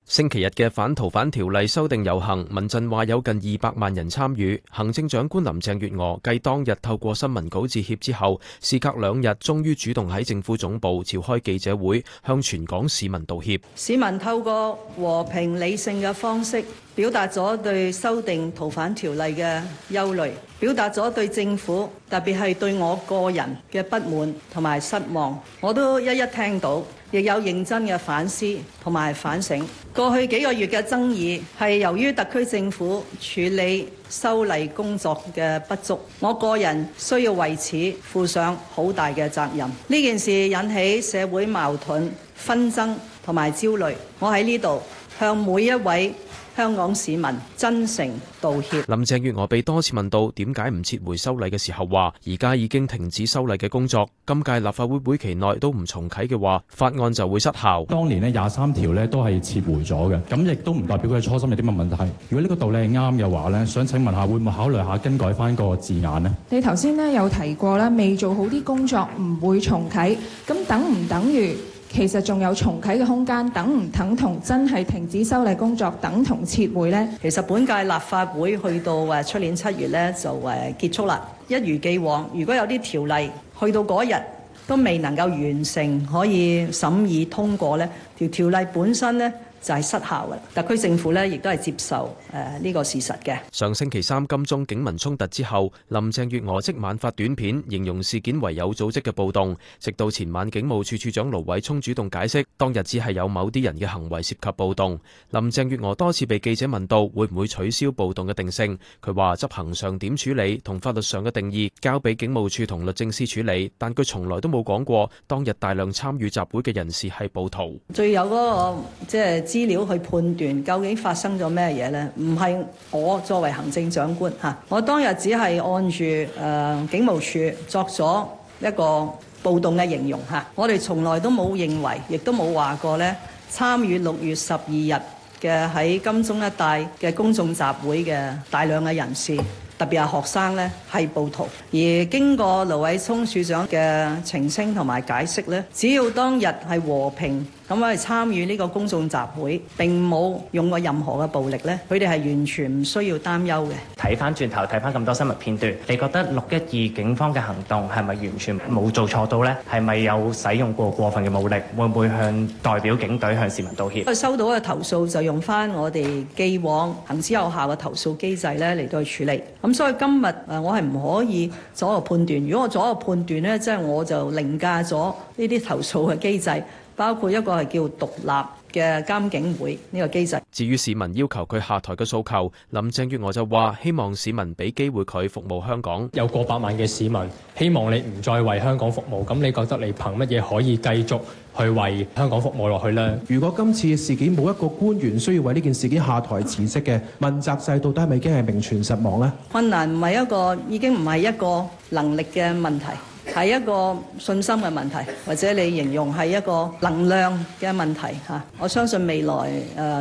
星期日嘅反逃犯條例修訂遊行，民陣話有近200萬人參與。行政長官林鄭月娥繼當日透過新聞稿致歉之後，事隔2日，終於主動喺政府總部召開記者會，向全港市民道歉。 市民透過和平理性嘅方式，表達咗對修訂逃犯條例嘅憂慮，表達咗對政府，特別係對我個人嘅不滿同埋失望。我都一一聽到，亦有認真嘅反思同埋反省。過去幾個月嘅爭議係由於特區政府處理修例工作嘅不足，我個人需要為此負上好大嘅責任。呢件事引起社會矛盾、紛爭同埋焦慮，我喺呢度向每一位香港市民真誠道歉。 林鄭月娥被多次問到點解唔撤回修例嘅時候，話而家已經停止修例嘅工作，今屆立法會會期內都唔重啟嘅話，法案就會失效。 當年呢23條呢都係撤回咗嘅，咁亦都唔代表佢嘅初心有啲乜問題。如果呢個道理係啱嘅話呢，想請問下會唔會考慮下更改翻個字眼呢？ 你頭先呢有提過啦，未做好啲工作唔會重啟，咁等唔等於其實仲有重啟嘅空間？等唔等同真係停止修例工作，等同撤回呢？ 其實本屆立法會去到出年7月呢就結束啦。一如既往，如果有啲條例去到嗰日都未能夠完成可以審議通過呢，條例本身呢就係失效嘅。特區政府呢亦都係接受呢個事實嘅。 上星期3金鐘警民衝突之後，林鄭月娥即晚發短片形容事件為有組織嘅暴動，直到前晚警務處處長盧偉聰主動解釋，當日只係有某啲人嘅行為涉及暴動。林鄭月娥多次被記者問到會唔會取消暴動嘅定性，佢話執行上點處理同法律上嘅定義交俾警務處同律政司處理，但佢從來都冇講過當日大量參與集會嘅人士係暴徒。 最有嗰個資料去判斷究竟發生咗咩嘢呢？唔係我作為行政長官嚇，我當日只係按住警務處作咗一個暴動嘅形容嚇。我哋從來都冇認為，亦都冇話過呢參與6月12日嘅喺金鐘一帶嘅公眾集會嘅大量嘅人士，特別係學生呢係暴徒。而經過盧偉聰處長嘅澄清同埋解釋呢，只要當日係和平咁去參與呢個公眾集會，並冇用過任何嘅暴力呢，佢哋係完全唔需要擔憂嘅。 睇翻轉頭，睇翻咁多新聞片段，你覺得612警方嘅行動係咪完全冇做錯到呢？係咪有使用過分嘅武力？會唔會向代表警隊向市民道歉？ 佢收到嘅投訴就用翻我哋既往行之有效嘅投訴機制咧嚟到去處理。咁所以今日我係唔可以做一個判斷。如果我做一個判斷呢，即係我就凌駕咗呢啲投訴嘅機制。包括一個係叫獨立嘅監警會呢個機制。 至於市民要求佢下台嘅訴求，林鄭月娥就話希望市民俾機會佢服務香港。 有過百萬嘅市民希望你唔再為香港服務，咁你覺得你憑乜嘢可以繼續去為香港服務落去呢？ 如果今次事件冇一個官員需要為呢件事件下台辭職嘅問責制，到底係咪已經係名存實亡呢？ 困難已經唔係一個能力嘅問題。係一個信心嘅問題，或者你形容係一個能量嘅問題嚇。我相信未來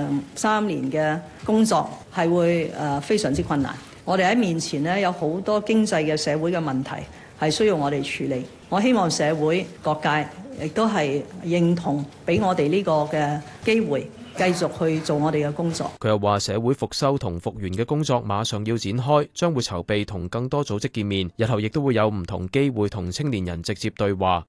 3年嘅工作係會非常之困難。我哋喺面前呢，有好多經濟嘅社會嘅問題係需要我哋處理。我希望社會各界亦都係認同俾我哋呢個嘅機會，繼續去做我哋嘅工作。 佢又話社會復修同復原嘅工作馬上要展開，將會籌備同更多組織見面，日後亦都會有唔同機會同青年人直接對話。